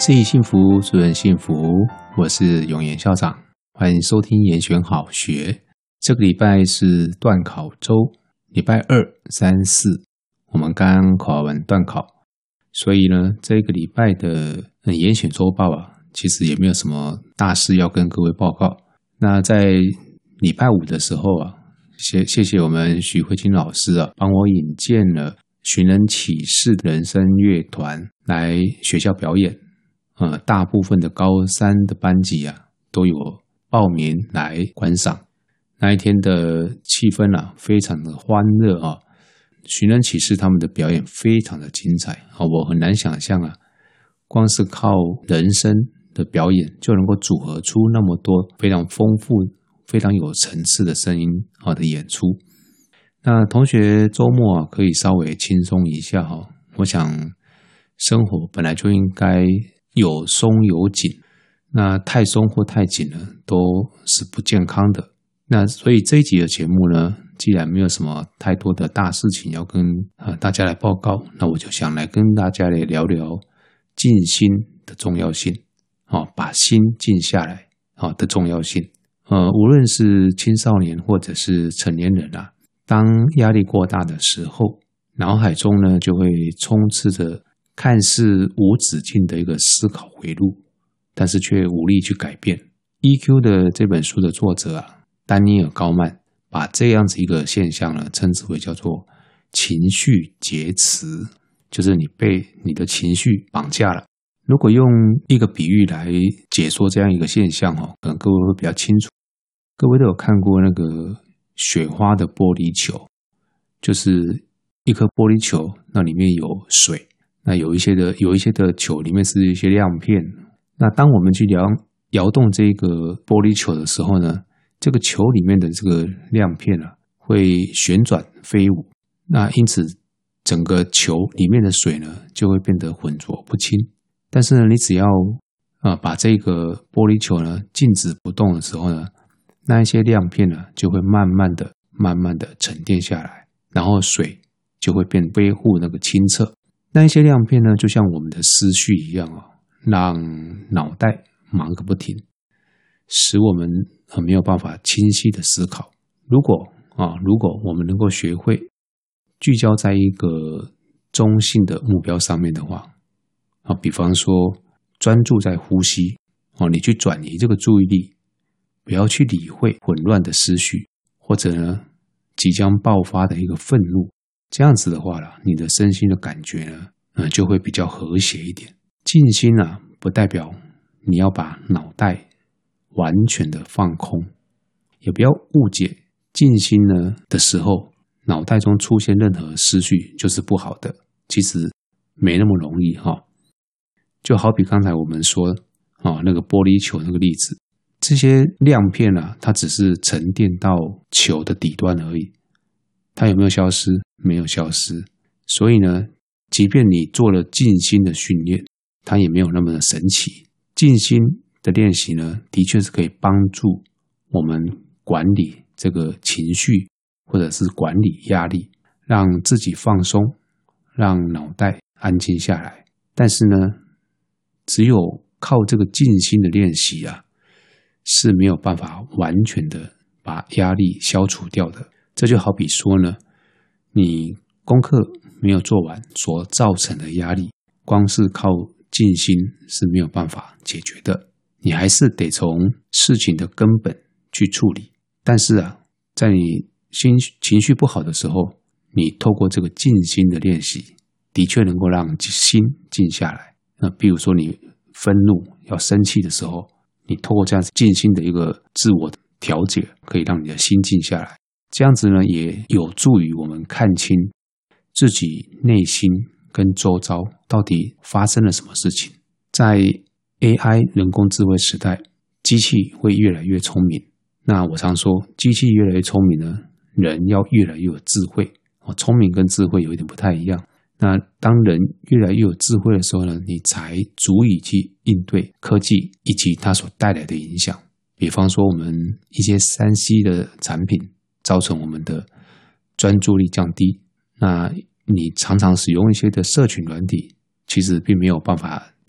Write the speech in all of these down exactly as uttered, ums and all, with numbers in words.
自己幸福，祝人幸福。我是永言校长，欢迎收听研选好学。这个礼拜是段考周，礼拜二、三、四，我们刚刚考完段考，所以呢，这个礼拜的研选周报啊，其实也没有什么大事要跟各位报告。那在礼拜五的时候啊，谢谢谢我们许慧清老师啊，帮我引荐了寻人启事人声乐团来学校表演。呃，大部分的高三的班级啊，都有报名来观赏。那一天的气氛啊，非常的欢乐啊。寻人启事他们的表演非常的精彩啊，我很难想象啊，光是靠人声的表演就能够组合出那么多非常丰富、非常有层次的声音啊的演出。那同学周末啊，可以稍微轻松一下哈。我想，生活本来就应该有松有紧，那太松或太紧呢，都是不健康的。那所以这一集的节目呢，既然没有什么太多的大事情要跟、呃、大家来报告，那我就想来跟大家来聊聊静心的重要性，哦、把心静下来、哦、的重要性。呃，无论是青少年或者是成年人啊，当压力过大的时候，脑海中呢就会充斥着看似无止境的一个思考回路，但是却无力去改变。E Q 的这本书的作者啊，丹尼尔·高曼把这样子一个现象呢，称之为叫做情绪劫持，就是你被你的情绪绑架了。如果用一个比喻来解说这样一个现象哦，可能各位会比较清楚。各位都有看过那个雪花的玻璃球，就是一颗玻璃球，那里面有水。那有一些的有一些的球里面是一些亮片，那当我们去摇摇动这个玻璃球的时候呢，这个球里面的这个亮片啊会旋转飞舞，那因此整个球里面的水呢就会变得浑浊不清。但是呢，你只要啊、呃、把这个玻璃球呢静止不动的时候呢，那一些亮片呢就会慢慢的慢慢的沉淀下来，然后水就会变微乎那个清澈。那一些亮片呢，就像我们的思绪一样哦，让脑袋忙个不停，使我们没有办法清晰的思考。如果啊，如果我们能够学会聚焦在一个中性的目标上面的话，啊，比方说专注在呼吸哦，你去转移这个注意力，不要去理会混乱的思绪，或者呢即将爆发的一个愤怒。这样子的话啦，你的身心的感觉呢，呃，就会比较和谐一点。静心啊，不代表你要把脑袋完全的放空，也不要误解静心呢的时候，脑袋中出现任何思绪就是不好的。其实没那么容易哈、哦。就好比刚才我们说啊、哦，那个玻璃球那个例子，这些亮片啊，它只是沉淀到球的底端而已。它有没有消失？没有消失。所以呢，即便你做了静心的训练，它也没有那么的神奇。静心的练习呢，的确是可以帮助我们管理这个情绪，或者是管理压力，让自己放松，让脑袋安静下来。但是呢，只有靠这个静心的练习啊，是没有办法完全的把压力消除掉的。这就好比说呢，你功课没有做完所造成的压力，光是靠静心是没有办法解决的，你还是得从事情的根本去处理。但是啊，在你心情绪不好的时候，你透过这个静心的练习，的确能够让心静下来。那比如说你愤怒要生气的时候，你透过这样静心的一个自我调节，可以让你的心静下来。这样子呢，也有助于我们看清自己内心跟周遭到底发生了什么事情。在 A I 人工智慧时代，机器会越来越聪明。那我常说，机器越来越聪明呢，人要越来越有智慧。哦，聪明跟智慧有一点不太一样。那当人越来越有智慧的时候呢，你才足以去应对科技以及它所带来的影响。比方说，我们一些 三 C 的产品造成我们的专注力降低，那你常常使用一些的社群软体，其实并没有办法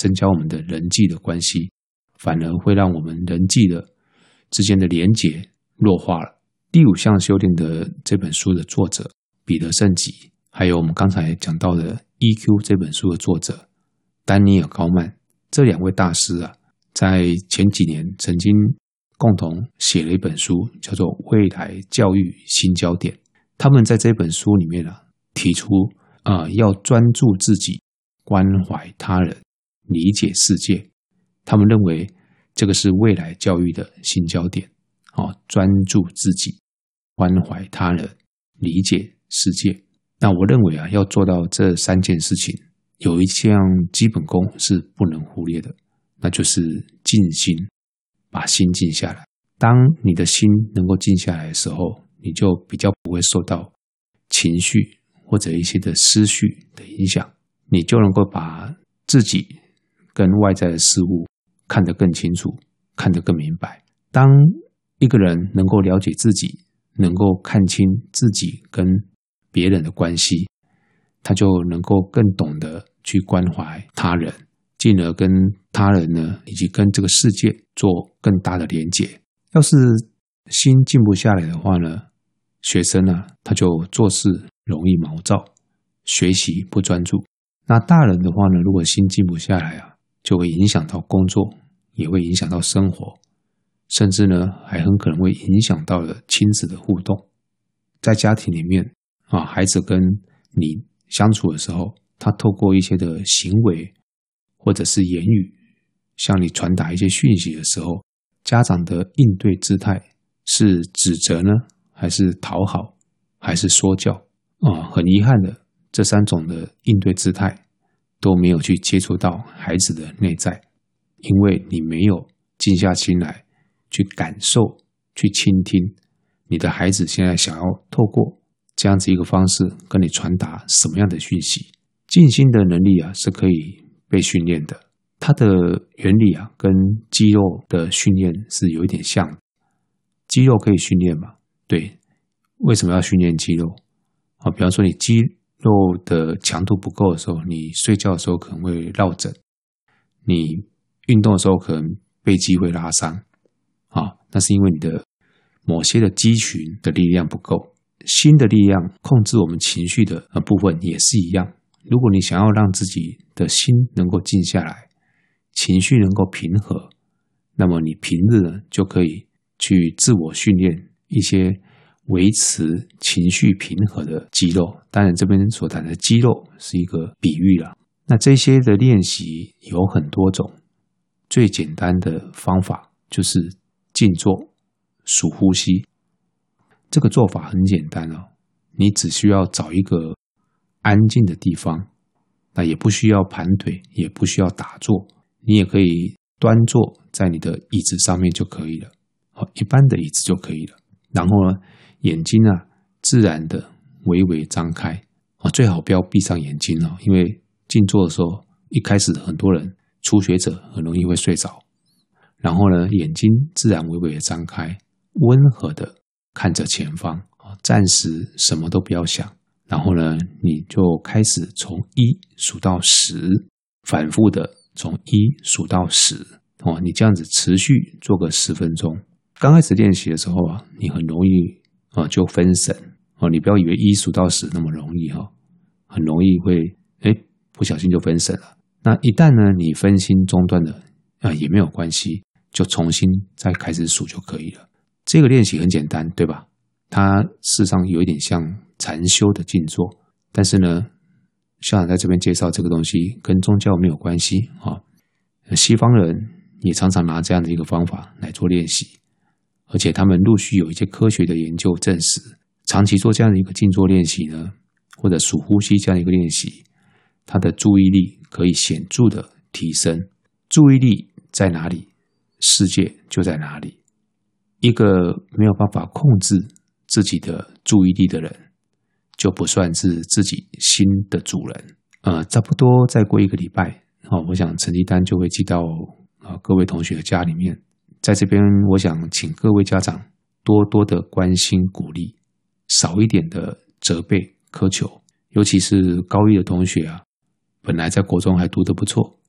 增加我们的人际的关系，反而会让我们人际的之间的连结弱化了。第五项修炼的这本书的作者彼得圣吉，还有我们刚才讲到的 E Q 这本书的作者丹尼尔高曼，这两位大师啊，在前几年曾经共同写了一本书，叫做《未来教育新焦点》。他们在这本书里面啊，提出啊、呃，要专注自己，关怀他人，理解世界。他们认为这个是未来教育的新焦点。哦，专注自己，关怀他人，理解世界。那我认为啊，要做到这三件事情，有一项基本功是不能忽略的，那就是静心，把心静下来。当你的心能够静下来的时候，你就比较不会受到情绪或者一些的思绪的影响，你就能够把自己跟外在的事物看得更清楚，看得更明白。当一个人能够了解自己，能够看清自己跟别人的关系，他就能够更懂得去关怀他人，进而跟他人呢，以及跟这个世界做更大的连结。要是心静不下来的话呢，学生呢，他就做事容易毛躁，学习不专注。那大人的话呢，如果心静不下来啊，就会影响到工作，也会影响到生活，甚至呢，还很可能会影响到了亲子的互动。在家庭里面啊，孩子跟你相处的时候，他透过一些的行为或者是言语向你传达一些讯息的时候，家长的应对姿态是指责呢，还是讨好，还是说教啊？很遗憾的，这三种的应对姿态都没有去接触到孩子的内在，因为你没有静下心来去感受，去倾听你的孩子现在想要透过这样子一个方式跟你传达什么样的讯息。静心的能力啊，是可以被训练的，它的原理啊，跟肌肉的训练是有一点像的。肌肉可以训练嘛？对，为什么要训练肌肉啊？比方说你肌肉的强度不够的时候，你睡觉的时候可能会落枕，你运动的时候可能背肌会拉伤啊，那是因为你的某些的肌群的力量不够。心的力量控制我们情绪的部分也是一样。如果你想要让自己的心能够静下来，情绪能够平和，那么你平日呢就可以去自我训练一些维持情绪平和的肌肉。当然这边所谈的肌肉是一个比喻啦。那这些的练习有很多种，最简单的方法就是静坐数呼吸。这个做法很简单哦，你只需要找一个安静的地方，那也不需要盘腿，也不需要打坐，你也可以端坐在你的椅子上面就可以了，一般的椅子就可以了。然后呢，眼睛啊自然的微微张开，最好不要闭上眼睛哦，因为静坐的时候一开始很多人初学者很容易会睡着。然后呢，眼睛自然微微的张开，温和的看着前方，暂时什么都不要想。然后呢，你就开始从一数到十，反复的从一数到十。哦，你这样子持续做个十分钟。刚开始练习的时候啊，你很容易啊就分神哦，你不要以为一数到十那么容易哈、哦，很容易会哎不小心就分神了。那一旦呢你分心中断了啊也没有关系，就重新再开始数就可以了。这个练习很简单，对吧？它事实上有一点像禅修的静坐，但是呢，校长在这边介绍这个东西跟宗教没有关系啊。西方人也常常拿这样的一个方法来做练习，而且他们陆续有一些科学的研究证实，长期做这样的一个静坐练习呢，或者数呼吸这样的一个练习，他的注意力可以显著的提升。注意力在哪里，世界就在哪里。一个没有办法控制自己的注意力的人，就不算是自己心的主人。呃，差不多再过一个礼拜，哦，我想成绩单就会寄到、呃、各位同学的家里面。在这边，我想请各位家长多多的关心鼓励，少一点的责备苛求。尤其是高一的同学啊，本来在国中还读得不错，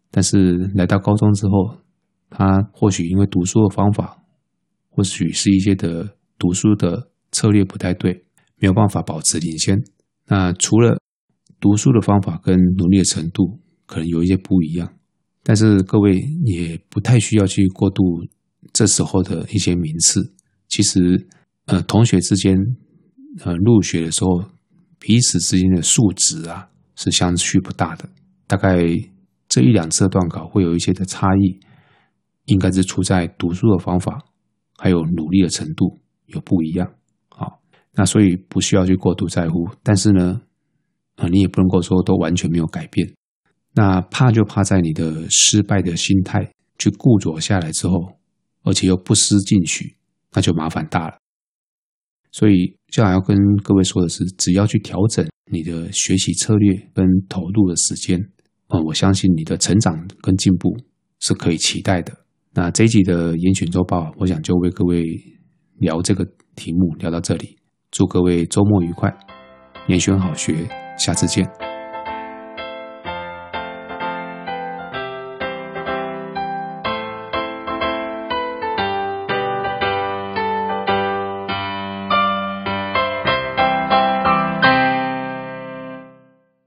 但是来到高中之后，他或许因为读书的方法，或许是一些的读书的策略不太对，没有办法保持领先。那除了读书的方法跟努力的程度可能有一些不一样，但是各位也不太需要去过度这时候的一些名次。其实呃，同学之间呃入学的时候，彼此之间的素质啊是相去不大的，大概这一两次的段考会有一些的差异，应该是出在读书的方法还有努力的程度有不一样。好，那所以不需要去过度在乎，但是呢呃，你也不能够说都完全没有改变。那怕就怕在你的失败的心态去固着下来之后，而且又不思进取，那就麻烦大了。所以校长要跟各位说的是，只要去调整你的学习策略跟投入的时间，呃，我相信你的成长跟进步是可以期待的。那这一集的严选周报，我想就为各位聊这个题目聊到这里，祝各位周末愉快，严选好学，下次见。